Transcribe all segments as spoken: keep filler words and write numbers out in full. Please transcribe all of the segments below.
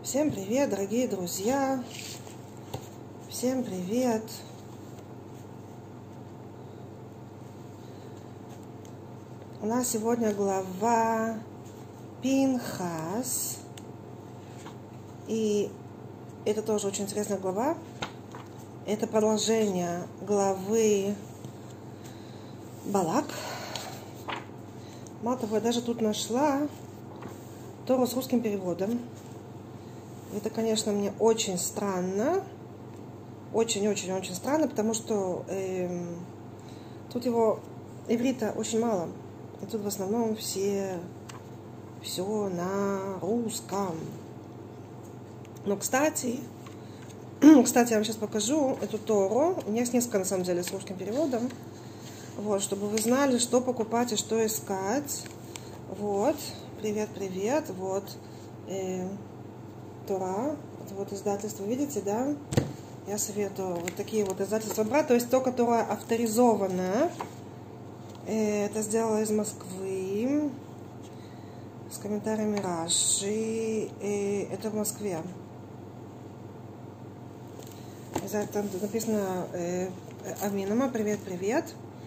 Всем привет, дорогие друзья! Всем привет! У нас сегодня глава Пинхас. И это тоже очень интересная глава. Это продолжение главы Балак. Мало того, я даже тут нашла Тору с русским переводом. Это, конечно, мне очень странно. Очень-очень-очень странно, потому что э, тут его иврита очень мало. И тут в основном все все на русском. Но, кстати, кстати, я вам сейчас покажу эту Тору. У меня есть несколько, на самом деле, с русским переводом. Вот, чтобы вы знали, что покупать и что искать. Вот. Привет, привет. Вот. Э, Тора, это вот издательство, видите, да? Я советую вот такие вот издательства брать, то есть то, которое авторизовано. Это сделала из Москвы, с комментариями Раши. Это в Москве. Это написано Аминама, привет, привет.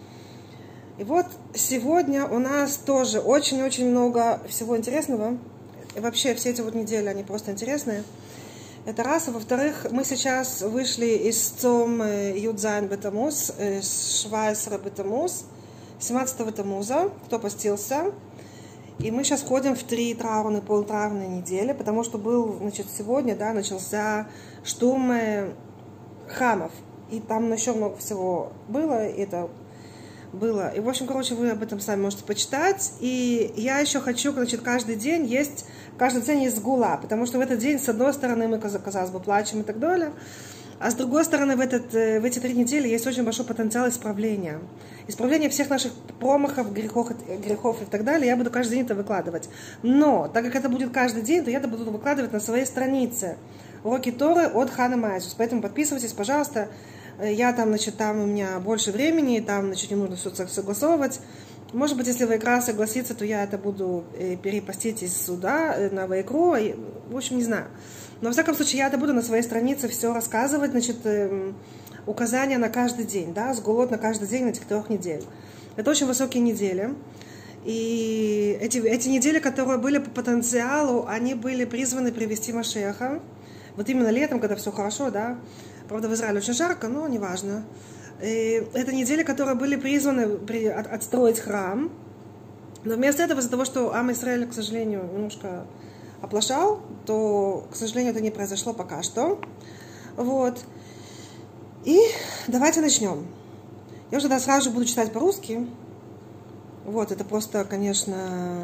И вот сегодня у нас тоже очень-очень много всего интересного. И вообще все эти вот недели, они просто интересные. Это раз. А во-вторых, мы сейчас вышли из Цом Юдзайн Бетамуз, Швайсера Бетамуз, семнадцатого Тамуза, кто постился. И мы сейчас входим в три траурные, полутраурные недели, потому что был, значит, сегодня, да, начался штурм храмов. И там еще много всего было, и это было. И, в общем, короче, вы об этом сами можете почитать. И я еще хочу, значит, каждый день есть, каждый день есть сгула, потому что в этот день, с одной стороны, мы, казалось бы, плачем и так далее, а с другой стороны, в, этот, в эти три недели есть очень большой потенциал исправления. Исправление всех наших промахов, грехов, грехов и так далее. Я буду каждый день это выкладывать. Но, так как это будет каждый день, то я это буду выкладывать на своей странице. Уроки Торы от Ханы Майзус. Поэтому подписывайтесь, пожалуйста. Я там, значит, там у меня больше времени, там, значит, не нужно все согласовывать. Может быть, если Вайкра согласится, то я это буду перепостить из суда на Вайкру. В общем, не знаю. Но, во всяком случае, я это буду на своей странице все рассказывать, значит, указания на каждый день, да, сгулот на каждый день этих трех недель. Это очень высокие недели. И эти, эти недели, которые были по потенциалу, они были призваны привести Машеха. Вот именно летом, когда все хорошо, да. Правда, в Израиле очень жарко, но неважно. И это недели, которые были призваны при, от, отстроить храм. Но вместо этого, из-за того, что Ам Исраэль, к сожалению, немножко оплошал, то, к сожалению, это не произошло пока что. Вот. И давайте начнем. Я уже тогда сразу же буду читать по-русски. Вот, это просто, конечно,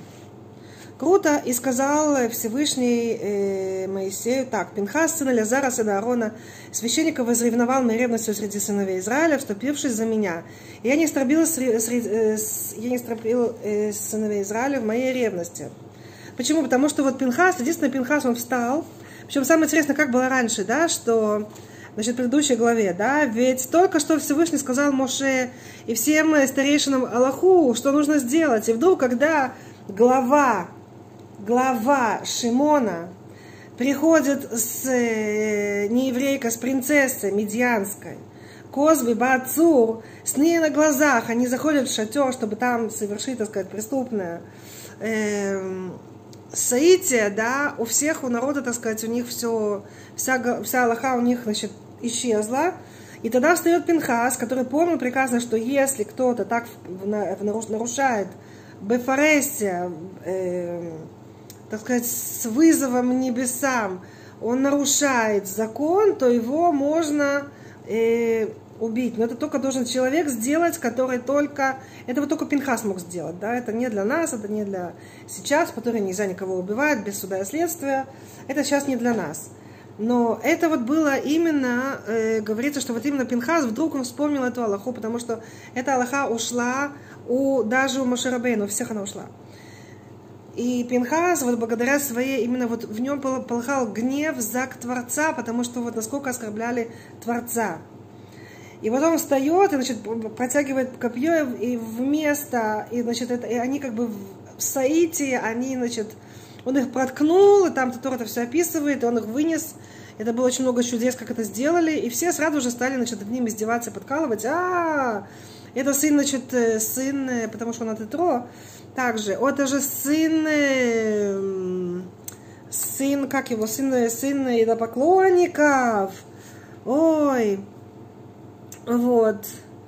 круто. И сказал Всевышний э, Моисею так: Пинхас, сын Элязара, сына Аарона, священника, возревновал моей ревностью среди сыновей Израиля, вступившись за меня. И я не стробил, среди, э, я не стробил э, сыновей Израиля в моей ревности. Почему? Потому что вот Пинхас, единственный Пинхас, он встал. Причем самое интересное, как было раньше, да, что, значит, в предыдущей главе, да, ведь только что Всевышний сказал Моше и всем старейшинам Аллаху, что нужно сделать. И вдруг, когда глава Глава Шимона приходит с э, нееврейкой, с принцессой медианской, Козвы, Бацур, с ней на глазах, они заходят в шатер, чтобы там совершить, так сказать, преступное э, соитие, да, у всех, у народа, так сказать, у них все, вся, вся Аллаха у них, значит, исчезла. И тогда встает Пинхас, который помнил прекрасно, что если кто-то так нарушает Бефаресе, э, так сказать, с вызовом небесам, он нарушает закон, то его можно э, убить. Но это только должен человек сделать, который только... Это вот только Пинхас мог сделать, да? Это не для нас, это не для сейчас, в которой нельзя никого убивать без суда и следствия. Это сейчас не для нас. Но это вот было именно, э, говорится, что вот именно Пинхас, вдруг он вспомнил эту Аллаху, потому что эта Аллаха ушла у, даже у Моше Рабейну, у всех она ушла. И Пинхас, вот благодаря своей, именно вот в нем полыхал гнев за Творца, потому что вот насколько оскорбляли Творца. И вот он встает и, значит, протягивает копье и вместо, и, значит, это, и они как бы в Саите, они, значит, Он их проткнул, и там Тора это все описывает, и он их вынес. Это было очень много чудес, как это сделали. И все сразу же стали, значит, над ним издеваться, подкалывать. А, это сын, значит, сын, потому что он от Итро. Также, это же сын, сын, как его, сын, сын идолопоклонников. Ой, вот.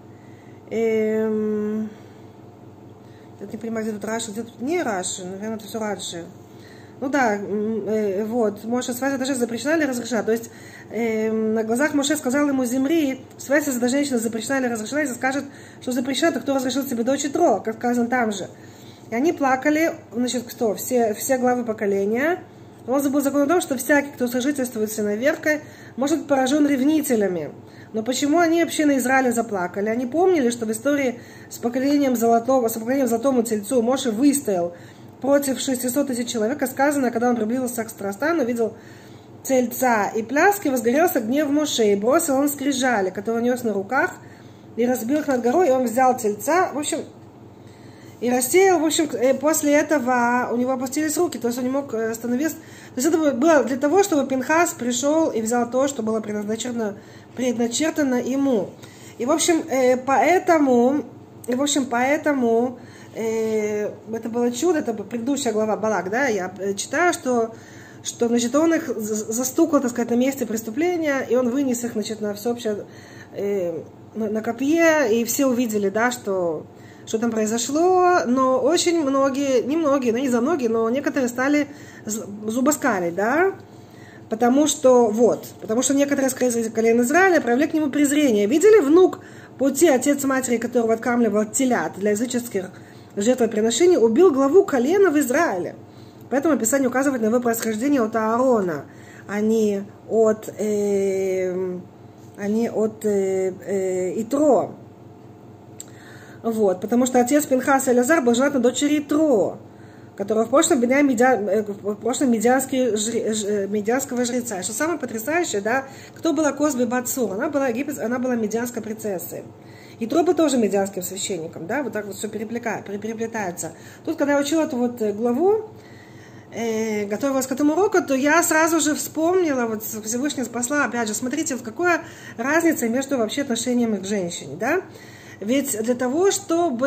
Эм... Я не понимаю, где тут Раши, где тут не Раши, наверное, это все Раши. Ну да, э, вот, Моше связь даже запрещена или разрешена. То есть э, на глазах Моше сказал ему Зимри, связь с этой женщиной запрещена или разрешена, если скажет, что запрещена, то кто разрешил себе дочь Итро, как сказано там же. И они плакали, значит, кто? Все, все главы поколения. Он забыл закон о том, что всякий, кто сожительствует с иноверкой, может быть поражен ревнителями. Но почему они вообще на Израиле заплакали? Они помнили, что в истории с поколением золотого, с поколением золотому тельцу Моше выстоял против шестисот тысяч человек. Сказано, когда он приблизился к Страстану, видел тельца и пляски, возгорелся гнев Моше, и бросил он скрижали, которые нес на руках, и разбил их над горой, и он взял тельца, в общем, и рассеял, в общем, после этого у него опустились руки, то есть он не мог остановиться. То есть это было для того, чтобы Пинхас пришел и взял то, что было предначертано, предначертано ему. И, в общем, поэтому, и, в общем, поэтому это было чудо, это предыдущая глава Балак, да, я читаю, что, что, значит, он их застукал, так сказать, на месте преступления, и он вынес их, значит, на всеобщее, на копье, и все увидели, да, что... что там произошло, но очень многие, не многие, ну не за многие, но некоторые стали зубоскалить, да, потому что, вот, потому что некоторые из колен Израиля проявили к нему презрение. Видели внук пути, отец матери, которого откармливал телят для языческих жертвоприношений, убил главу колена в Израиле. Поэтому Писание указывает на его происхождение от Аарона, а не от, э, а не от э, э, Итро. Вот, потому что отец Пинхаса Элязар был женат на дочери Итро, которого в прошлом обвиняли медиа, в прошлом медианского жреца. И что самое потрясающее, да, кто была Козби Бацур? Она была египет, она была медианской принцессой. Итро был тоже медианским священником, да, вот так вот все переплетается. Тут, когда я учила эту вот главу, э, готовилась к этому уроку, то я сразу же вспомнила, вот Всевышний спасла, опять же, смотрите, вот какая разница между вообще отношениями к женщине, да. Ведь для того, чтобы...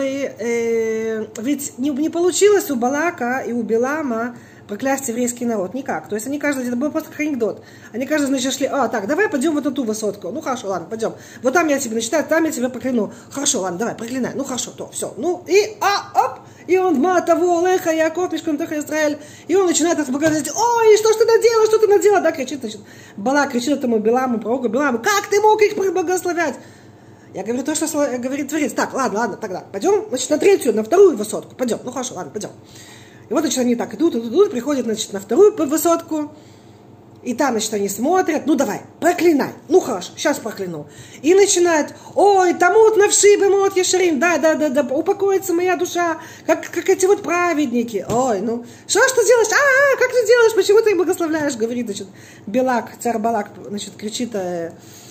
Э, ведь не, не получилось у Балака и у Билама проклясть еврейский народ. Никак. То есть они каждый... Это был просто как анекдот. Они каждый, значит, шли... А, так, давай пойдем вот на ту высотку. Ну, хорошо, ладно, пойдем. Вот там я тебе начитаю, там я тебя прокляну. Хорошо, ладно, давай, проклинай. Ну, хорошо, то, все. Ну, и... А, оп! И он матаво, леха, Яков, мишком теха Израиль. И он начинает их говорить: ой, что ж ты наделал, что ты наделал? Да, кричит, значит. Балак кричит этому Биламу, пророку Биламу: как ты мог их благословлять? Я говорю то, что говорит Творец. Так, ладно, ладно, тогда пойдем, значит, на третью, на вторую высотку. Пойдем. Ну хорошо, ладно, пойдем. И вот, значит, они так идут, идут, идут, приходят, значит, на вторую высотку. И там, значит, они смотрят: ну давай, проклинай. Ну хорошо, сейчас прокляну. И начинают: ой, тамут навши бемот ешарим, да, да, да, да, упокоится моя душа, как, как эти вот праведники. Ой, ну, что ж ты делаешь? А, как ты делаешь? Почему ты их благословляешь? Говорит, значит, Белак, царь Балак, значит, кричит: э,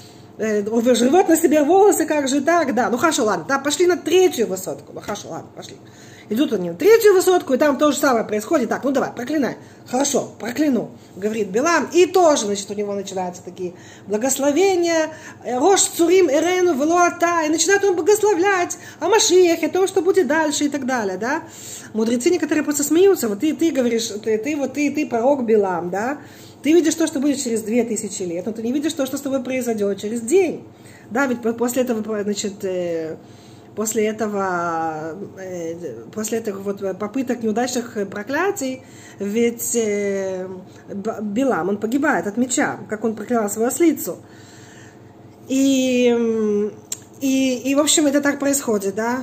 живет на себе волосы, как же так, да, ну хорошо, ладно, да, пошли на третью высотку, ну хорошо, ладно, пошли. Идут они на третью высотку, и там то же самое происходит. Так, ну давай, проклинай. Хорошо, прокляну, говорит Билам. И тоже, значит, у него начинаются такие благословения. Рош цурим эрену велоата. И начинает он благословлять о Машиахе, о том, что будет дальше и так далее, да. Мудрецы некоторые просто смеются. Вот ты, ты говоришь, ты, ты, вот ты, ты пророк Билам, да. Ты видишь то, что будет через две тысячи лет, но ты не видишь то, что с тобой произойдет через день. Да, ведь после этого, значит, после этого, после этих вот попыток неудачных проклятий, ведь Билам, он погибает от меча, как он проклял свою ослицу. И, и, и в общем, это так происходит, да.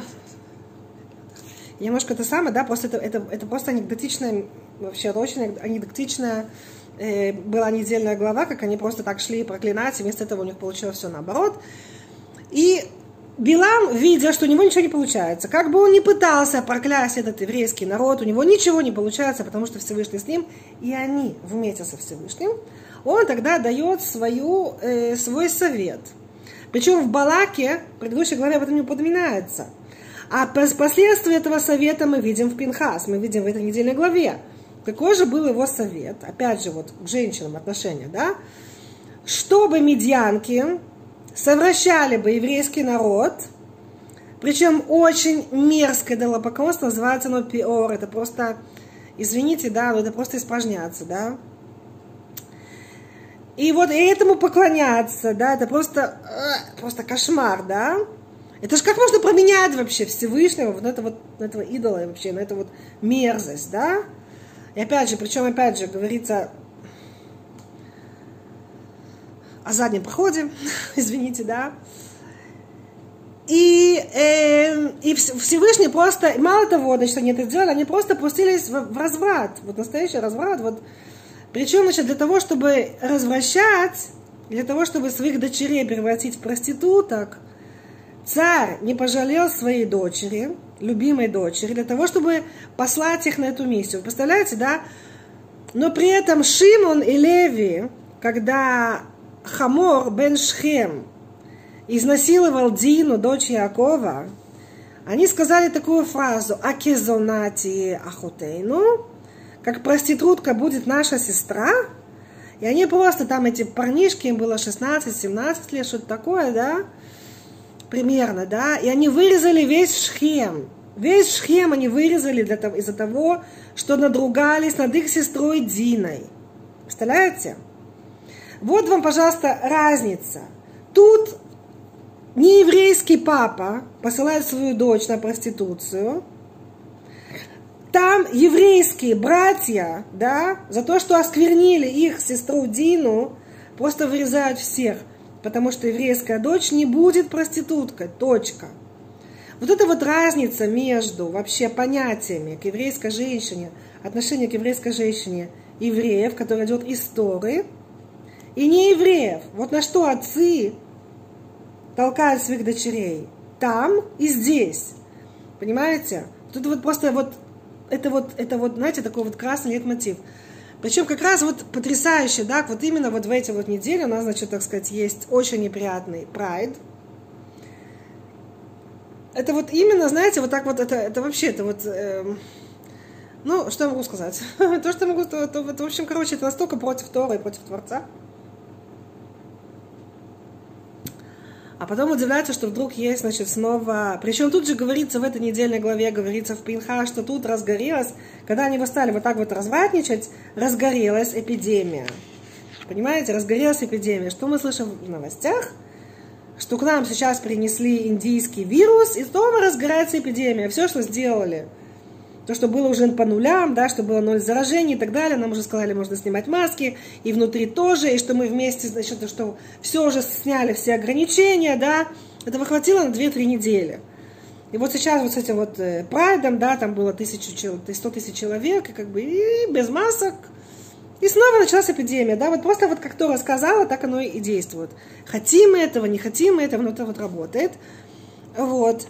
Немножко это самое, да, после этого, это, это просто анекдотичная, вообще очень анекдотичная была недельная глава, как они просто так шли проклинать, и вместо этого у них получилось все наоборот. И Билам, видя, что у него ничего не получается, как бы он ни пытался проклясть этот еврейский народ, у него ничего не получается, потому что Всевышний с ним, и они вместе со Всевышним, он тогда дает свою, э, свой совет. Причем в Балаке, в предыдущей главе об этом не упоминается. А последствия этого совета мы видим в Пинхас, мы видим в этой недельной главе. какой же был его совет, опять же, вот к женщинам отношения, да, чтобы медианки совращали бы еврейский народ, причем очень мерзкое идолопоклонство, называется оно пиор, это просто, извините, да, но это просто испражняться, да. И вот этому поклоняться, да, это просто, просто кошмар, да. Это же как можно променять вообще Всевышнего вот на это вот, на этого идола вообще, на эту вот мерзость, да. И опять же, причем опять же говорится о заднем проходе, извините, да. И, э, и Всевышний просто, мало того, значит, они это сделали, они просто пустились в, в разврат, вот настоящий разврат, вот. Причем, значит, для того, чтобы развращать, для того, чтобы своих дочерей превратить в проституток, царь не пожалел своей дочери, любимой дочери, для того, чтобы послать их на эту миссию. Вы представляете, да? Но при этом Шимон и Леви, когда Хамор бен Шхем изнасиловал Дину, дочь Якова, они сказали такую фразу «Акезонати ахотейну», как проститутка будет наша сестра, и они просто там, эти парнишки, им было шестнадцать-семнадцать лет, что-то такое, да, примерно, да, и они вырезали весь Шхем, весь Шхем они вырезали для того, из-за того, что надругались над их сестрой Диной. Представляете? Вот вам, пожалуйста, разница. Тут нееврейский папа посылает свою дочь на проституцию, там еврейские братья, да, за то, что осквернили их сестру Дину, просто вырезают всех, потому что еврейская дочь не будет проституткой, точка. Вот это вот разница между вообще понятиями к еврейской женщине, отношение к еврейской женщине евреев, которые идет из Торы, и не евреев. Вот на что отцы толкают своих дочерей. Там и здесь. Понимаете? Тут вот просто вот Это вот, это вот, знаете, такой вот красный лейтмотив. Причем как раз вот потрясающе, да, вот именно вот в эти вот недели у нас, значит, так сказать, есть очень неприятный прайд. Это вот именно, знаете, вот так вот, это, это вообще, это вот, э, ну, что я могу сказать? То, что я могу, то, то, это, в общем, короче, это настолько против Тора и против Творца. А потом удивляется, что вдруг есть, значит, снова... Причем тут же говорится, в этой недельной главе говорится в Пинха, что тут разгорелась, когда они стали вот так вот развратничать, разгорелась эпидемия. Понимаете, разгорелась эпидемия. Что мы слышим в новостях? Что к нам сейчас принесли индийский вирус, и снова разгорается эпидемия. Все, что сделали, то, что было уже по нулям, да, что было ноль заражений и так далее, нам уже сказали, можно снимать маски, и внутри тоже, и что мы вместе, значит, что все уже сняли, все ограничения, да, этого хватило на две-три недели. И вот сейчас вот с этим вот прайдом, да, там было тысячу, сто тысяч человек, и как бы и без масок, и снова началась эпидемия, да, вот просто вот как Тора сказала, так оно и действует. Хотим мы этого, не хотим мы этого, но это вот работает. Вот.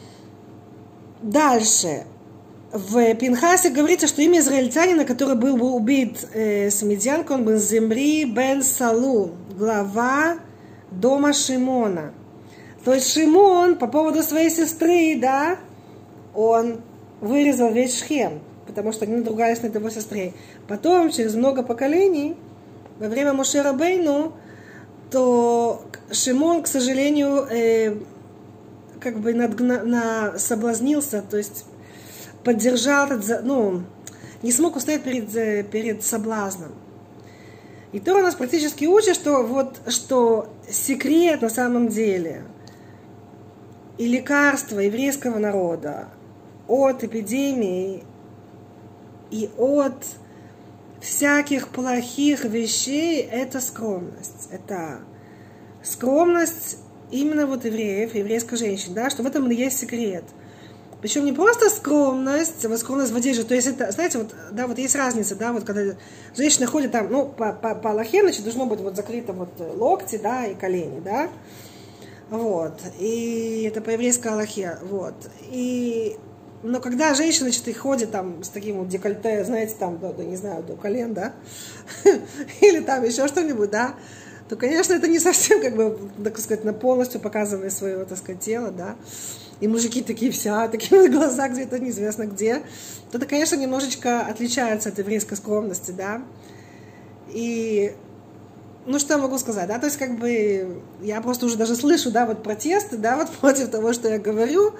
Дальше. В Пинхасе говорится, что имя израильтянина, который был убит э, с медианкой, он был Зимри бен Салу, глава дома Шимона. То есть Шимон по поводу своей сестры, да, он вырезал весь Шхем, потому что они надругались над его сестрой. Потом, через много поколений, во время Моше Рабейну, то Шимон, к сожалению, э, как бы надгна, на, соблазнился, то есть поддержал, ну, не смог устоять перед, перед соблазном. И Тора нас практически учит, что, вот, что секрет на самом деле и лекарство еврейского народа от эпидемии и от всяких плохих вещей – это скромность. Это скромность именно вот евреев, еврейской женщины, да, что в этом есть секрет. Причем не просто скромность, вот скромность в одежде, то есть это, знаете, вот, да, вот есть разница, да, вот когда женщина ходит там, ну, по, по, по Аллахе, значит, должно быть вот закрыто вот локти, да, и колени, да, вот, и это по еврейской Аллахе, вот, и, но когда женщина, значит, и ходит там с таким вот декольте, знаете, там, до, до, не знаю, до колен, да, или там еще что-нибудь, да, то, конечно, это не совсем, как бы, так сказать, на полностью показывая свое, так сказать, тело, да. И мужики такие вся, такие глаза где-то неизвестно где. То это, конечно, немножечко отличается от еврейской скромности, да. И, ну, что я могу сказать, да, то есть, как бы, я просто уже даже слышу, да, вот протесты, да, вот против того, что я говорю,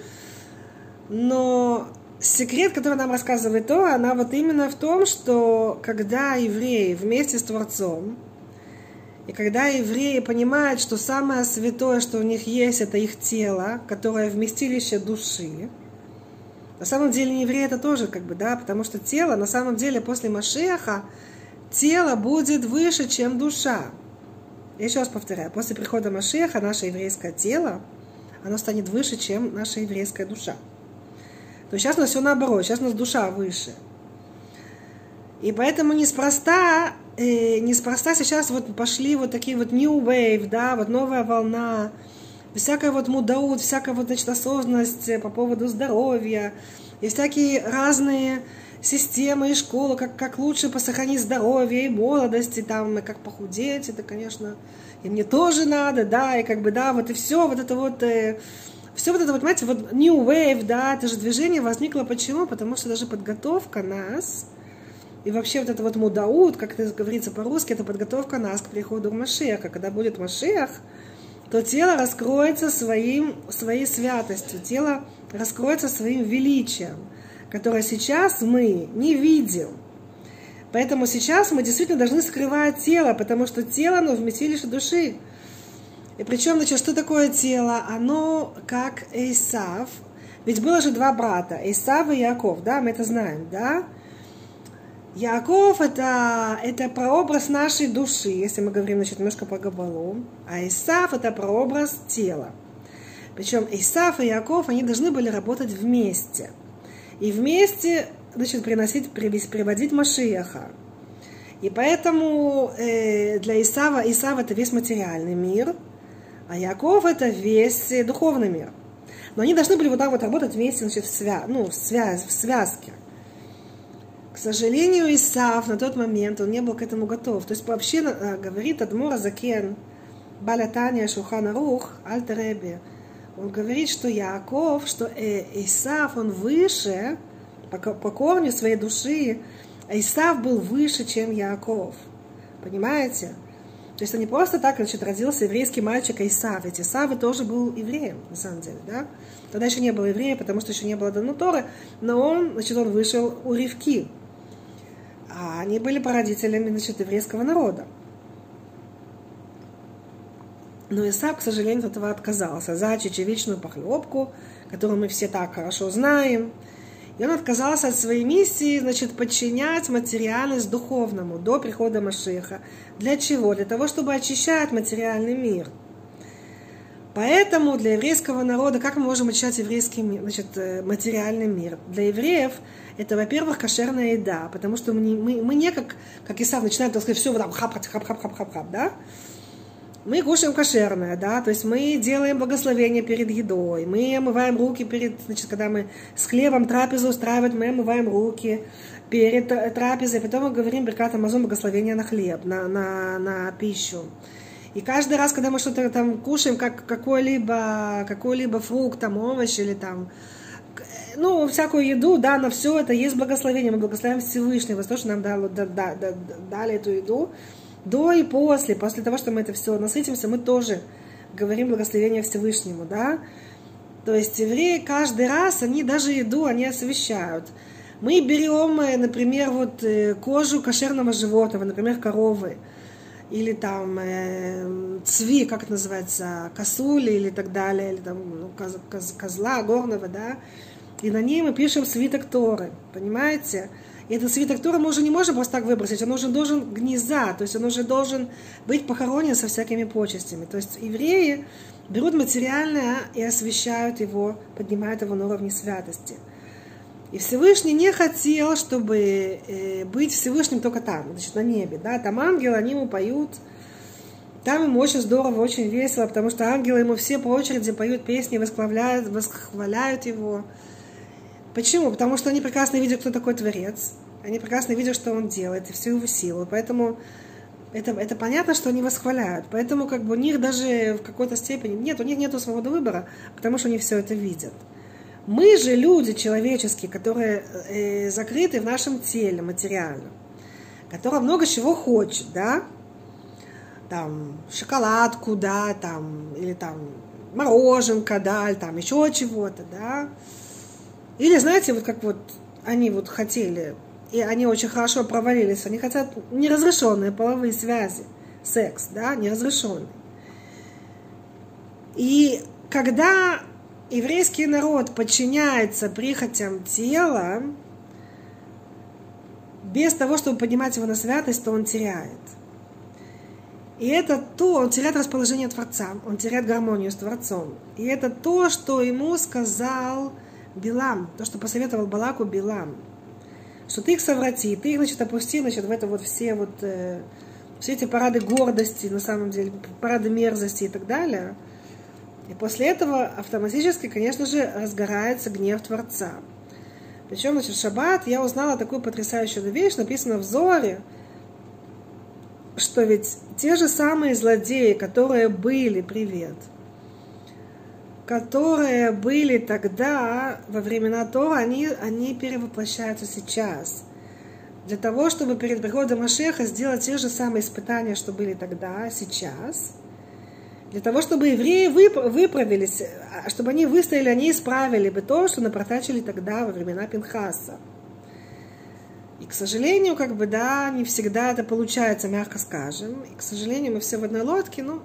но секрет, который нам рассказывает Тора, она вот именно в том, что когда евреи вместе с Творцом, и когда евреи понимают, что самое святое, что у них есть, это их тело, которое вместилище души, на самом деле евреи это тоже, как бы, да, потому что тело, на самом деле, после Машиаха, тело будет выше, чем душа. Я еще раз повторяю, после прихода Машиаха наше еврейское тело, оно станет выше, чем наша еврейская душа. То есть сейчас у нас все наоборот, сейчас у нас душа выше. И поэтому неспроста, э, неспроста сейчас вот пошли вот такие вот new wave, да, вот новая волна, всякая вот мудаут, всякая вот, значит, осознанность по поводу здоровья, и всякие разные системы и школы, как, как лучше сохранить здоровье и молодость, и там, и как похудеть, это, конечно, и мне тоже надо, да, и как бы, да, вот и все, вот это вот, э, все вот это вот, понимаете, вот new wave, да, это же движение возникло, почему? Потому что даже подготовка нас, и вообще вот это вот мудаут, как это говорится по-русски, это подготовка нас к приходу Машиаха. Когда будет Машиах, то тело раскроется своим, своей святостью, тело раскроется своим величием, которое сейчас мы не видим. Поэтому сейчас мы действительно должны скрывать тело, потому что тело, оно вместилище души. И причем, значит, что такое тело? Оно как Эйсав. Ведь было же два брата, Эйсав и Яаков, да, мы это знаем, да? Яаков это, это прообраз нашей души, если мы говорим, значит, немножко по Габалу, а Исав это прообраз тела. Причем Исав и Яаков, они должны были работать вместе. И вместе, значит, приносить, приводить Машиаха. И поэтому э, для Исава, Исав это весь материальный мир, а Яаков это весь духовный мир. Но они должны были вот так вот работать вместе, значит, в, свя, ну, в, связ, в связке. К сожалению, Исав на тот момент, он не был к этому готов. То есть вообще говорит Адмор Азакен, Бааль ха-Тanya Шулхан Арух, Альтер Ребе, он говорит, что Яаков, что Исав, он выше по, по корню своей души, а Исав был выше, чем Яаков. Понимаете? То есть он не просто так, значит, родился еврейский мальчик Исав, ведь Исав тоже был евреем, на самом деле, да? Тогда еще не было еврея, потому что еще не было дано Торы, но он, значит, он вышел у Ривки. А они были прародителями, значит, еврейского народа. Но Исав, к сожалению, от этого отказался за чечевичную похлебку, которую мы все так хорошо знаем. И он отказался от своей миссии, значит, подчинять материальность духовному до прихода Машиаха. Для чего? Для того, чтобы очищать материальный мир. Поэтому для еврейского народа, как мы можем очищать еврейский мир, значит, материальный мир? Для евреев это, во-первых, кошерная еда, потому что мы не, мы, мы не как, как Исав начинаем, так сказать, все вот там хап-хап-хап-хап-хап-хап, да? Мы кушаем кошерное, да, то есть мы делаем благословение перед едой, мы омываем руки перед, значит, когда мы с хлебом трапезу устраиваем, мы омываем руки перед трапезой, потом мы говорим Беркат Амазон, благословение на хлеб, на, на, на пищу. И каждый раз, когда мы что-то там кушаем, как какой-либо, какой-либо фрукт, там, овощ или там, ну, всякую еду, да, на все это есть благословение. Мы благословляем Всевышнего за то, что нам дали, да, да, да, дали эту еду. До и после, после того, что мы это все насытимся, мы тоже говорим благословение Всевышнему, да. То есть евреи каждый раз, они даже еду, они освящают. Мы берем, например, вот кожу кошерного животного, например, коровы, или там э, цви, как это называется, косули или так далее, или там ну, коз, коз, козла горного, да, и на ней мы пишем свиток Торы, понимаете? И этот свиток Торы мы уже не можем просто так выбросить, он уже должен гнезда, то есть он уже должен быть похоронен со всякими почестями. То есть евреи берут материальное и освящают его, поднимают его на уровне святости. И Всевышний не хотел, чтобы э, быть Всевышним только там, значит, на небе, да, там ангелы, они ему поют, там ему очень здорово, очень весело, потому что ангелы ему все по очереди поют песни, восхваляют, восхваляют его. Почему? Потому что они прекрасно видят, кто такой Творец, они прекрасно видят, что он делает, и всю его силу, поэтому Это, это понятно, что они восхваляют. Поэтому как бы у них даже в какой-то степени нет, у них нет свободы выбора, потому что они все это видят. Мы же люди человеческие, которые э, закрыты в нашем теле материально, которые много чего хочет, да, там шоколадку, да, там, или там мороженка, да, или там еще чего-то, да. Или, знаете, вот как вот они вот хотели, и они очень хорошо провалились, они хотят неразрешенные половые связи, секс, да, неразрешенный. И когда еврейский народ подчиняется прихотям тела, без того, чтобы поднимать его на святость, то он теряет. И это то, он теряет расположение Творца, он теряет гармонию с Творцом. И это то, что ему сказал Билам, то, что посоветовал Балаку Билам, что ты их соврати, ты их, значит, опусти, значит, в это вот все вот, э, все эти парады гордости, на самом деле, парады мерзости и так далее. И после этого автоматически, конечно же, разгорается гнев Творца. Причем, значит, в шаббат я узнала такую потрясающую вещь, написано в Зоре, что ведь те же самые злодеи, которые были, привет, которые были тогда, во времена Тора, они, они перевоплощаются сейчас. Для того, чтобы перед приходом Машеха сделать те же самые испытания, что были тогда, сейчас. Для того, чтобы евреи выправились, чтобы они выстояли, они исправили бы то, что напортачили тогда, во времена Пинхаса. И, к сожалению, как бы, да, не всегда это получается, мягко скажем. И, к сожалению, мы все в одной лодке, ну...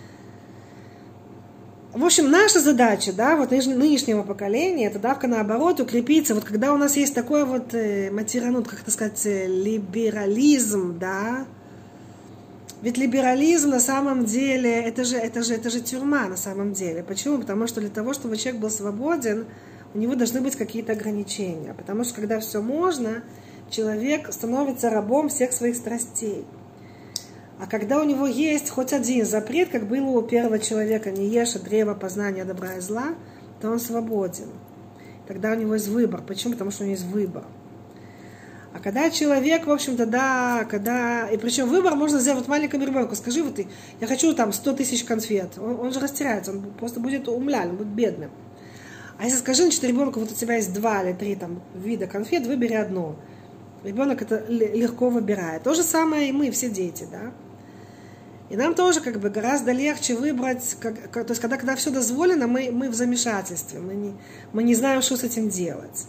В общем, наша задача, да, вот нынешнего поколения, это давка наоборот укрепиться. Вот когда у нас есть такой вот э, материал, как это сказать, либерализм, да, ведь либерализм на самом деле, это же, это же, это же тюрьма на самом деле. Почему? Потому что для того, чтобы человек был свободен, у него должны быть какие-то ограничения. Потому что когда все можно, человек становится рабом всех своих страстей. А когда у него есть хоть один запрет, как было у первого человека, не ешь от древа познания добра и зла, то он свободен. Тогда у него есть выбор. Почему? Потому что у него есть выбор. А когда человек, в общем-то, да, когда... И причем выбор можно сделать вот маленькому ребенку. Скажи, вот ты, я хочу там сто тысяч конфет. Он, он же растеряется, он просто будет умляльным, будет бедным. А если скажи, значит, ребенку, вот у тебя есть два или три там вида конфет, выбери одно. Ребенок это легко выбирает. То же самое и мы, все дети, да. И нам тоже как бы гораздо легче выбрать, как, как, то есть когда, когда все дозволено, мы, мы в замешательстве, мы не, мы не знаем, что с этим делать.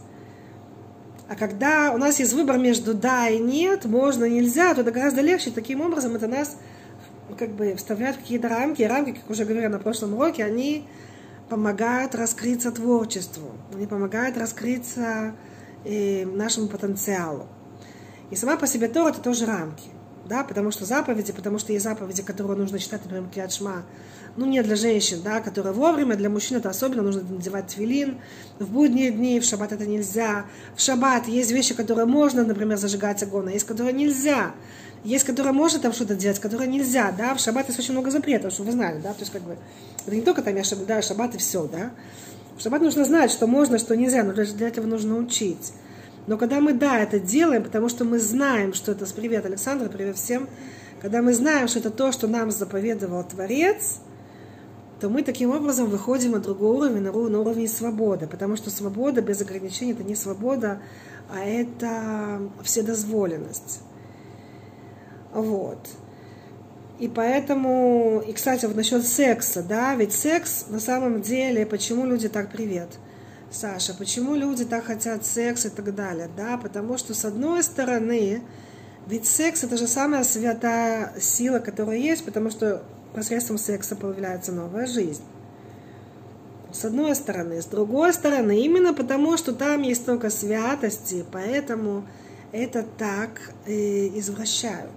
А когда у нас есть выбор между да и нет, можно, нельзя, то это гораздо легче. Таким образом это нас как бы вставляет в какие-то рамки. И рамки, как уже говорила на прошлом уроке, они помогают раскрыться творчеству, они помогают раскрыться э, нашему потенциалу. И сама по себе Тора это тоже рамки. Да, потому что заповеди, потому что есть заповеди, которые нужно читать, например, Криат Шма, ну, не для женщин, да, которые вовремя, для мужчин это особенно, нужно надевать тфилин, в будние дни, в шаббат это нельзя, в шаббат есть вещи, которые можно, например, зажигать огонь, а есть, которые нельзя, есть, которые можно там что-то делать, которые нельзя, да, в шаббат есть очень много запретов, чтобы вы знали, да, то есть, как бы, это не только там я соблюдаю шаббат и все, да, в шаббат нужно знать, что можно, что нельзя, но для этого нужно учить. Но когда мы, да, это делаем, потому что мы знаем, что это... Привет, Александр, привет всем. Когда мы знаем, что это то, что нам заповедовал Творец, то мы таким образом выходим на другой уровень, на уровень свободы. Потому что свобода без ограничений – это не свобода, а это вседозволенность. Вот. И поэтому... И, кстати, вот насчет секса, да, ведь секс на самом деле... Почему люди так... Привет. Саша, почему люди так хотят секс и так далее? Да, потому что, с одной стороны, ведь секс – это же самая святая сила, которая есть, потому что посредством секса появляется новая жизнь. С одной стороны. С другой стороны, именно потому, что там есть столько святости, поэтому это так э, извращают.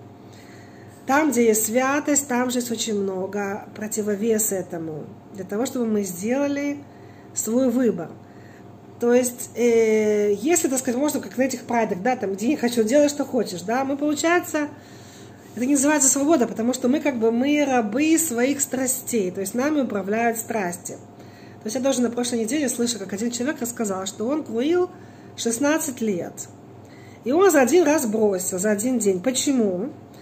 Там, где есть святость, там же есть очень много противовеса этому. Для того, чтобы мы сделали свой выбор. То есть, э, если, так сказать, можно, как на этих прайдах, да, там, где не хочу, делай, что хочешь, да, мы, получается, это не называется свобода, потому что мы, как бы, мы рабы своих страстей, то есть, нами управляют страсти. То есть, я даже на прошлой неделе слышала, как один человек рассказал, что он курил шестнадцать лет. И он за один раз бросил, за один день. Почему?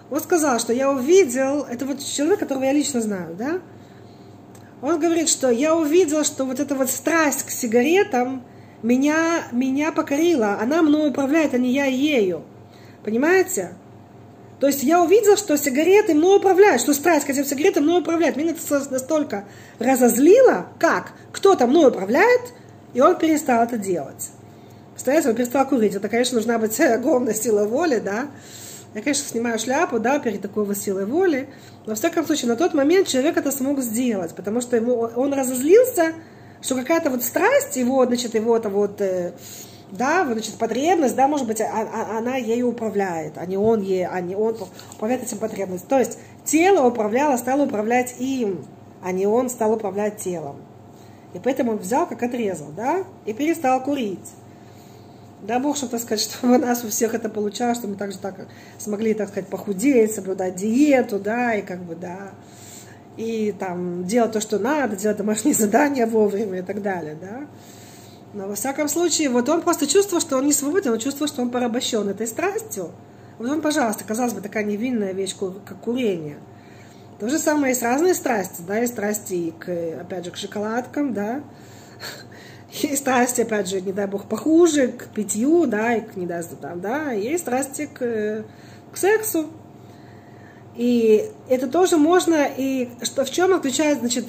Он сказал, что я увидел, это вот человек, которого я лично знаю, да? Он говорит, что я увидел, что вот эта вот страсть к сигаретам меня, меня покорила. Она мной управляет, а не я ею. Понимаете? То есть я увидел, что сигареты мной управляют, что страсть к этим сигаретам мной управляет. Меня это настолько разозлило, как кто-то мной управляет, и он перестал это делать. Представляете, он перестал курить. Это, конечно, нужна быть огромная сила воли, да? Я, конечно, снимаю шляпу, да, перед такой вот силой воли. Но, во всяком случае, на тот момент человек это смог сделать, потому что ему, он разозлился, что какая-то вот страсть его, значит, его это вот, э, да, вот, значит, потребность, да, может быть, а, а, она ею управляет, а не он ей, а не он управляет этим потребностью. То есть тело управляло, стало управлять им, а не он стал управлять телом. И поэтому он взял, как отрезал, да, и перестал курить. Да, Бог, чтобы, так сказать, чтобы у нас у всех это получалось, чтобы мы также так смогли, так сказать, похудеть, соблюдать диету, да, и как бы, да, и там делать то, что надо, делать домашние задания вовремя и так далее, да. Но, во всяком случае, вот он просто чувствовал, что он не свободен, он чувствовал, что он порабощен этой страстью. Вот он, пожалуйста, казалось бы, такая невинная вещь, как курение. То же самое есть разные страсти, да, есть страсти, к, опять же, к шоколадкам, да. Есть страсти, опять же, не дай бог, похуже, к питью, да, и к, не дай там, да, есть страсти к, к сексу. И это тоже можно, и что, в чем отличается, значит,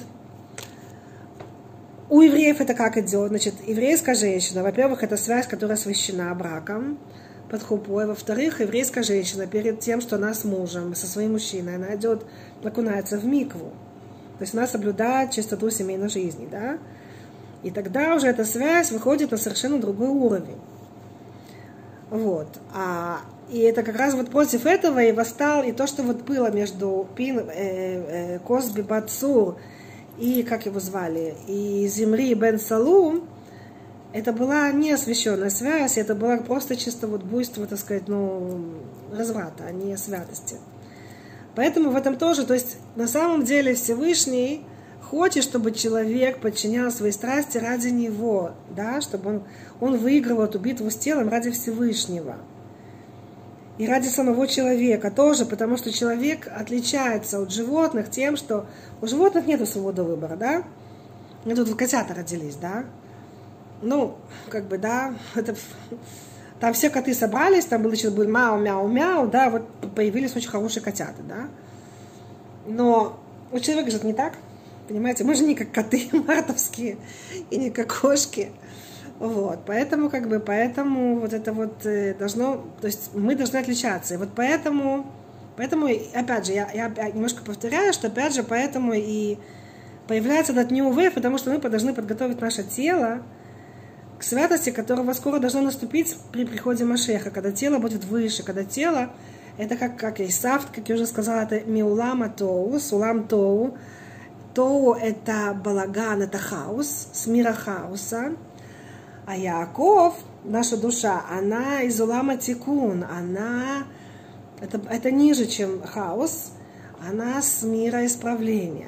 у евреев это как идет, значит, еврейская женщина, во-первых, это связь, которая освящена браком под хупой, во-вторых, еврейская женщина перед тем, что она с мужем, со своим мужчиной, она идет, окунается в микву, то есть она соблюдает чистоту семейной жизни, да. И тогда уже эта связь выходит на совершенно другой уровень. Вот. А, и это как раз вот против этого и восстал, и то, что вот было между Пин, э, э, Косби Бацур и, как его звали, и Зимри бен Салум, это была не освященная связь, это было просто чисто вот буйство, так сказать, ну, разврата, а не святости. Поэтому в этом тоже, то есть на самом деле Всевышний хочет, чтобы человек подчинял свои страсти ради него, да, чтобы он, он выигрывал эту битву с телом ради Всевышнего. И ради самого человека тоже, потому что человек отличается от животных тем, что у животных нет свободы выбора, да. Мне тут котята родились, да. Ну, как бы, да, это, там все коты собрались, там было, был мяу-мяу-мяу, да, вот появились очень хорошие котята, да. Но у человека же это не так. Понимаете, мы же не как коты мартовские и не как кошки. Вот, поэтому, как бы, поэтому вот это вот должно, то есть мы должны отличаться. И вот поэтому, поэтому, опять же, я, я немножко повторяю, что опять же, поэтому и появляется этот New Wave, потому что мы должны подготовить наше тело к святости, которого скоро должно наступить при приходе Машеха, когда тело будет выше, когда тело, это как, как Исав, как я уже сказала, это миулама тоу, сулам тоу. Тоу это балаган, это хаос, с мира хаоса. А Яаков, наша душа, она из улама тикун, она, это, это ниже, чем хаос, она с мира исправления.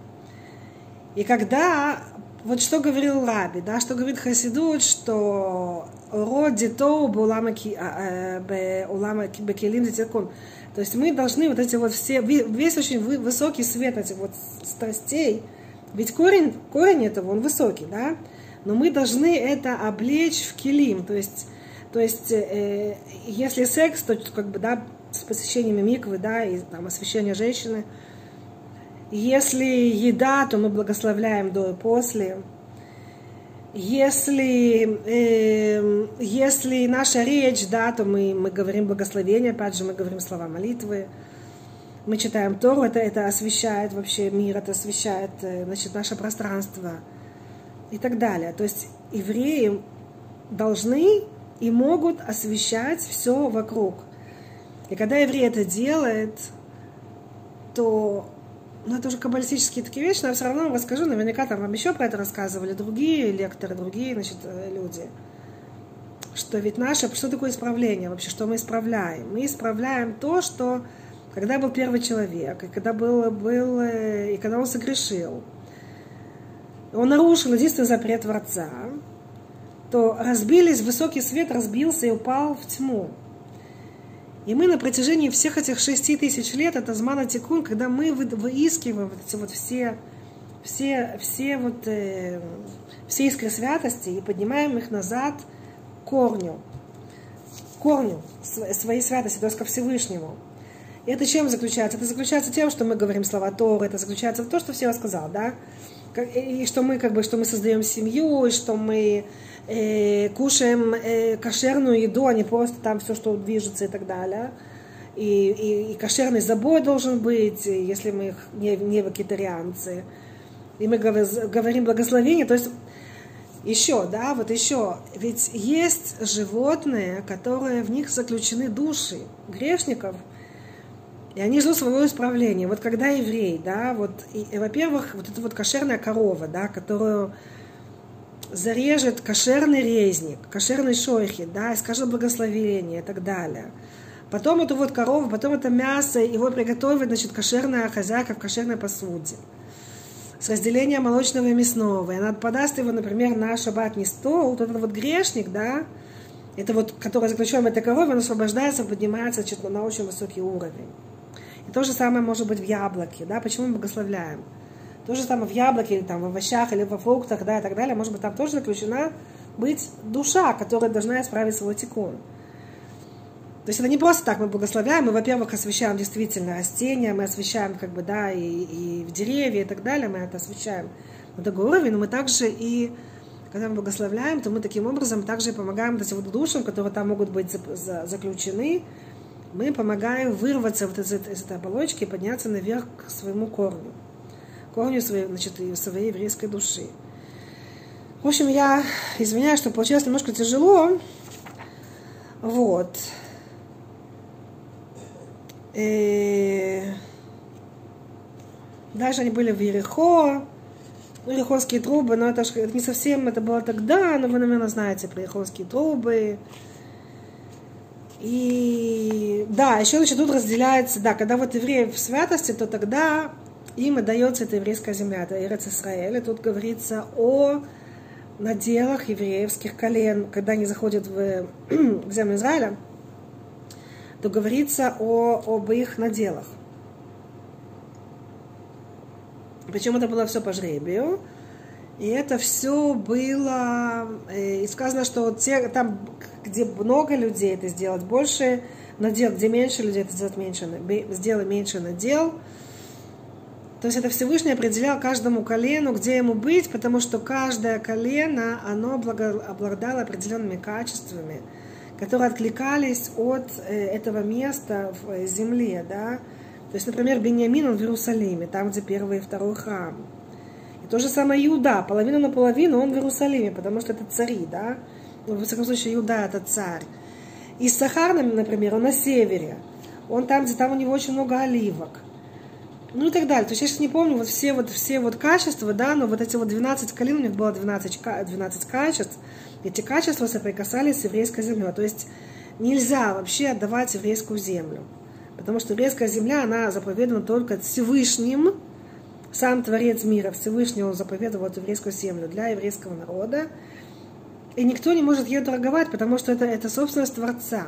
И когда, вот что говорил Раби, да, что говорит Хасидут, что роди тоу беулама бекелим тикун. То есть мы должны вот эти вот все, весь очень высокий свет этих вот страстей, ведь корень, корень этого, он высокий, да, но мы должны это облечь в килим, то есть, то есть э, если секс, то как бы, да, с посещениями миквы, да, и там освящение женщины, если еда, то мы благословляем до и после. Если, э, если наша речь, да, то мы, мы говорим благословение, опять же, мы говорим слова молитвы, мы читаем Тору, это, это освещает вообще мир, это освещает, значит, наше пространство и так далее. То есть евреи должны и могут освещать все вокруг. И когда еврей это делает, то... Ну, это уже каббалистические такие вещи, но я все равно вам расскажу, наверняка там вам еще про это рассказывали другие лекторы, другие, значит, люди. Что ведь наше, что такое исправление вообще, что мы исправляем? Мы исправляем то, что, когда был первый человек, и когда, был, был, и когда он согрешил, он нарушил единственный запрет Творца, то разбились, высокий свет разбился и упал в тьму. И мы на протяжении всех этих шести тысяч лет, это змана тикун, когда мы выискиваем вот эти вот все, все, все, вот, э, все искры святости и поднимаем их назад к корню, к корню своей святости, то есть ко Всевышнему. И это чем заключается? Это заключается тем, что мы говорим слова Торы, это заключается в том, что Всевышний сказал, да? И что мы, как бы, что мы создаем семью, и что мы э, кушаем э, кошерную еду, а не просто там все, что движется и так далее. И, и, и кошерный забой должен быть, если мы не, не вегетарианцы. И мы говорим благословение. То есть еще, да, вот еще. Ведь есть животные, которые в них заключены души грешников, и они ждут своего исправления. Вот когда еврей, да, вот, и, и, во-первых, вот эта вот кошерная корова, да, которую зарежет кошерный резник, кошерный шойхи, да, и скажет благословение и так далее. Потом эту вот корову, потом это мясо, его приготовит, значит, кошерная хозяйка в кошерной посуде. С разделением молочного и мясного. И она подаст его, например, на шаббатный стол. Вот этот вот грешник, да, это вот, который заключен в этой корове, он освобождается, поднимается, значит, на очень высокий уровень. И то же самое может быть в яблоке, да, почему мы благословляем. То же самое в яблоке, или там в овощах, или во фруктах, да, и так далее. Может быть, там тоже заключена быть душа, которая должна исправить свой тикун. То есть это не просто так мы благословляем, мы, во-первых, освещаем действительно растения, мы освещаем, как бы, да, и, и в деревья и так далее, мы это освещаем на такой уровень, но мы также и, когда мы благословляем, то мы таким образом также помогаем этим вот душам, которые там могут быть за, за, заключены, мы помогаем вырваться вот из, из этой оболочки и подняться наверх к своему корню, корню своей, значит, своей еврейской души. В общем, я извиняюсь, что получилось немножко тяжело, вот. И дальше они были в Ерехо, ерехонские трубы, но это, это не совсем, это было тогда, но вы, наверное, знаете про ерехонские трубы. И да, еще, значит, тут разделяется, да, когда вот евреи в святости, то тогда им отдается эта еврейская земля, это Эрец Исраэль, и тут говорится о наделах евреевских колен, когда они заходят в, в землю Израиля, то говорится о, об их наделах. Причем это было все по жребию. И это все было... И сказано, что те, там, где много людей, это сделать больше надел, где меньше людей, это сделать меньше, сделать меньше надел. То есть это Всевышний определял каждому колену, где ему быть, потому что каждое колено, оно обладало определенными качествами, которые откликались от этого места в земле, да. То есть, например, Беньямин, он в Иерусалиме, там, где первый и второй храм. И то же самое Иуда, половину на половину он в Иерусалиме, потому что это цари, да. Ну, во всяком случае, Иуда это царь. Иссахар, например, он на севере, он там, где там у него очень много оливок. Ну и так далее. То есть я сейчас не помню вот все вот, все вот качества, да, но вот эти вот двенадцать колен, у них было двенадцать, двенадцать качеств. Эти качества соприкасались с еврейской землей. То есть нельзя вообще отдавать еврейскую землю. Потому что еврейская земля, она заповедана только Всевышним. Сам Творец мира, Всевышний, он заповедовал эту еврейскую землю для еврейского народа. И никто не может ее торговать, потому что это, это собственность Творца.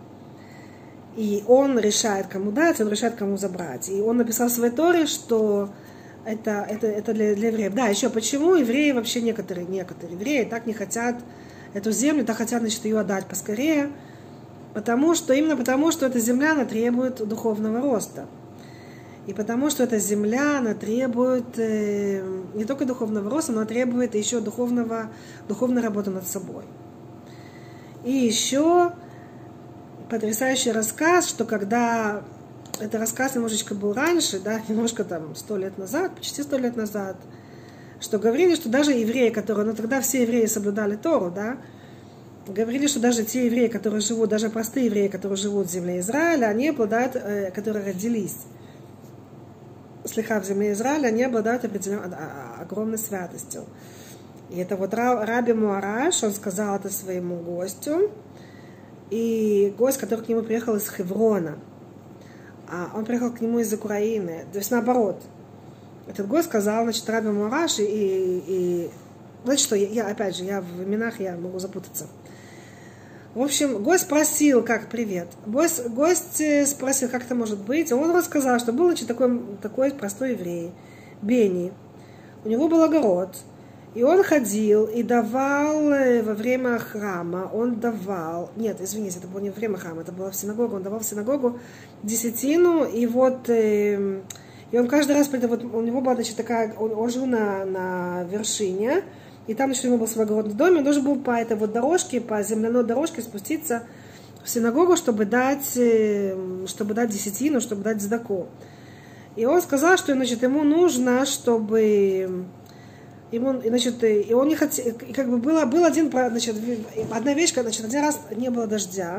И он решает, кому дать, он решает, кому забрать. И он написал в своей Торе, что это, это, это для, для евреев. Да, еще почему евреи вообще некоторые, некоторые евреи так не хотят эту землю, так хотят, значит, ее отдать поскорее, потому что, именно потому, что эта земля, она требует духовного роста. И потому что эта земля, она требует э, не только духовного роста, но требует еще духовного, духовной работы над собой. И еще потрясающий рассказ, что когда... Это рассказ немножечко был раньше, да, немножко там сто лет назад, почти сто лет назад, что говорили, что даже евреи, которые... Ну, тогда все евреи соблюдали Тору, да, говорили, что даже те евреи, которые живут, даже простые евреи, которые живут в земле Израиля, они обладают, э, которые родились слегка в земле Израиля, они обладают определенной огромной святостью. И это вот Раби Муараш, он сказал это своему гостю, и гость, который к нему приехал из Хеврона, а он приехал к нему из Украины, то есть наоборот. Этот гость сказал, значит, Раби Муараш, и, и, и значит, что я, опять же, я в именах я могу запутаться. В общем, гость спросил, как привет. Гость, гость спросил, как это может быть. Он рассказал, что был, значит, такой, такой простой еврей, Бени. У него был огород. И он ходил и давал во время храма, он давал, нет, извините, это было не во время храма, это было в синагогу, он давал в синагогу десятину, и вот, э, и он каждый раз, вот, у него была, значит, такая, он, он жил на, на вершине, и там, значит, у него был свой огородный дом, и он должен был по этой вот дорожке, по земляной дорожке спуститься в синагогу, чтобы дать, чтобы дать десятину, чтобы дать цдаку. И он сказал, что, значит, ему нужно, чтобы... Ему, значит, и он не хотел, и как бы было, был один, значит, одна вещь, значит, один раз не было дождя.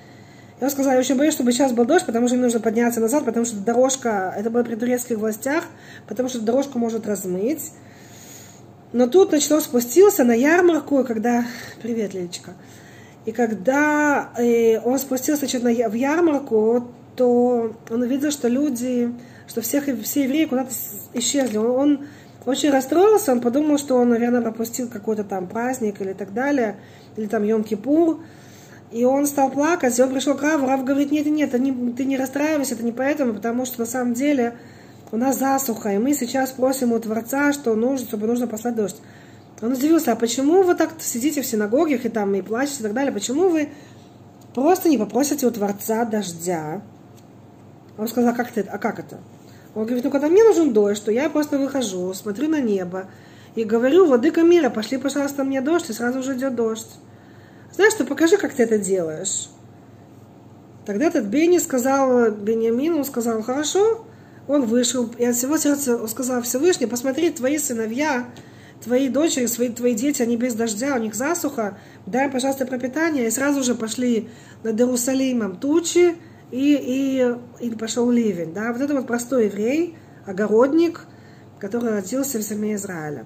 И он сказал, я очень боюсь, чтобы сейчас был дождь, потому что мне нужно подняться назад, потому что дорожка, это было при турецких властях, потому что дорожку может размыть. Но тут, значит, он спустился на ярмарку, когда... Привет, Лилечка. И когда э, он спустился, значит, на, в ярмарку, то он увидел, что люди, что всех, все евреи куда-то исчезли. Он, он очень расстроился, он подумал, что он, наверное, пропустил какой-то там праздник или так далее, или там Йом-Кипур. И он стал плакать, и он пришел к Раву, Рав говорит, нет, нет, ты не, ты не расстраивайся, это не поэтому, потому что на самом деле у нас засуха, и мы сейчас просим у Творца, что нужно, чтобы нужно послать дождь. Он удивился, а почему вы так сидите в синагогах и там и плачете и так далее, почему вы просто не попросите у Творца дождя? Он сказал, а как, ты, а как это? Он говорит, ну когда мне нужен дождь, то я просто выхожу, смотрю на небо и говорю, владыка мира, пошли, пожалуйста, мне дождь, и сразу же идет дождь. Знаешь что, покажи, как ты это делаешь. Тогда этот Бени сказал Беньямину, он сказал, хорошо, он вышел, и от всего сердца он сказал, Всевышний, посмотри, твои сыновья, твои дочери, свои, твои дети, они без дождя, у них засуха, дай им, пожалуйста, пропитание, и сразу же пошли над Иерусалимом тучи, И, и, и пошел ливень. Да? Вот это вот простой еврей, огородник, который родился в земле Израиля.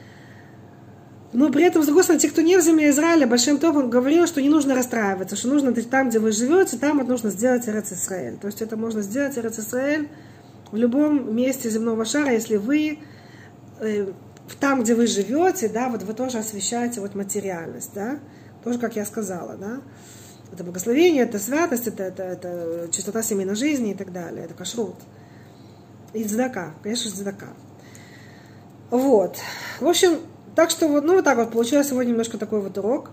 Но при этом, с другой стороны, те, кто не в земле Израиля, Большим Тов, он говорил, что не нужно расстраиваться, что нужно там, где вы живете, там вот нужно сделать Эрец Исраэль. То есть это можно сделать Эрец Исраэль в любом месте земного шара, если вы э, там, где вы живете, да, вот вы тоже освещаете вот материальность, да, тоже, как я сказала, да. Это благословение, это святость, это, это, это чистота семейной жизни и так далее. Это кашрут. И цдака, конечно, цдака. Вот. В общем, так что вот, ну вот так вот получилось сегодня немножко такой вот урок.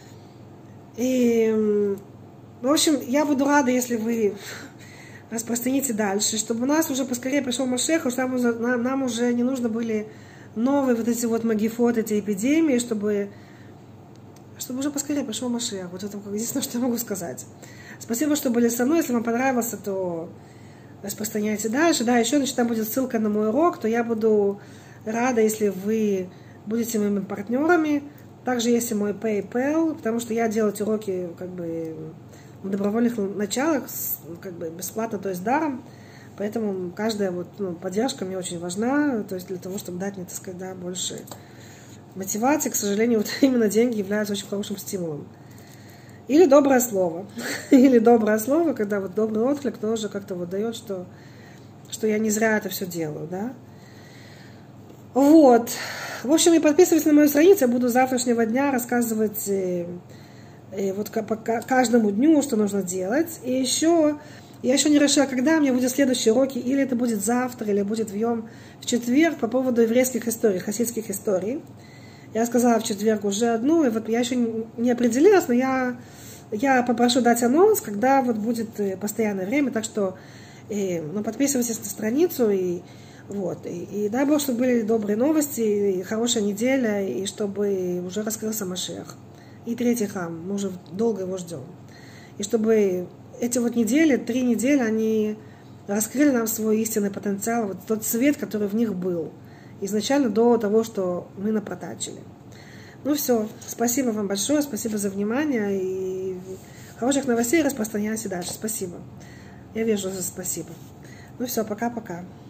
И, в общем, я буду рада, если вы распространите дальше, чтобы у нас уже поскорее пришел Машех, чтобы нам, нам уже не нужно были новые вот эти вот магифот, эти эпидемии, чтобы... чтобы уже поскорее пришел Машиах. Вот это единственное, что я могу сказать. Спасибо, что были со мной. Если вам понравился, то распространяйте дальше. Да, еще, значит, там будет ссылка на мой урок, то я буду рада, если вы будете моими партнерами. Также есть и мой PayPal, потому что я делаю эти уроки как бы на добровольных началах, как бы бесплатно, то есть даром. Поэтому каждая вот, ну, поддержка мне очень важна, то есть для того, чтобы дать мне, так сказать, да, больше мотивации. К сожалению, вот именно деньги являются очень хорошим стимулом. Или доброе слово. Или доброе слово, когда вот добрый отклик тоже как-то вот дает, что, что я не зря это все делаю, да. Вот. В общем, и подписывайтесь на мою страницу, я буду с завтрашнего дня рассказывать э, э, вот по каждому дню, что нужно делать. И еще, я еще не решила, когда у меня будут следующие уроки, или это будет завтра, или будет в Йом, в четверг, по поводу еврейских историй, хасидских историй. Я сказала в четверг уже одну, и вот я еще не определилась, но я, я попрошу дать анонс, когда вот будет постоянное время, так что и, ну, подписывайтесь на страницу, и, вот, и, и дай Бог, чтобы были добрые новости, и хорошая неделя, и чтобы уже раскрылся Машиах. И третий храм, мы уже долго его ждем. И чтобы эти вот недели, три недели, они раскрыли нам свой истинный потенциал, вот тот свет, который в них был. Изначально до того, что мы напортачили. Ну все, спасибо вам большое, спасибо за внимание, и хороших новостей распространяйте дальше. Спасибо. Я вижу, спасибо. Ну все, пока-пока.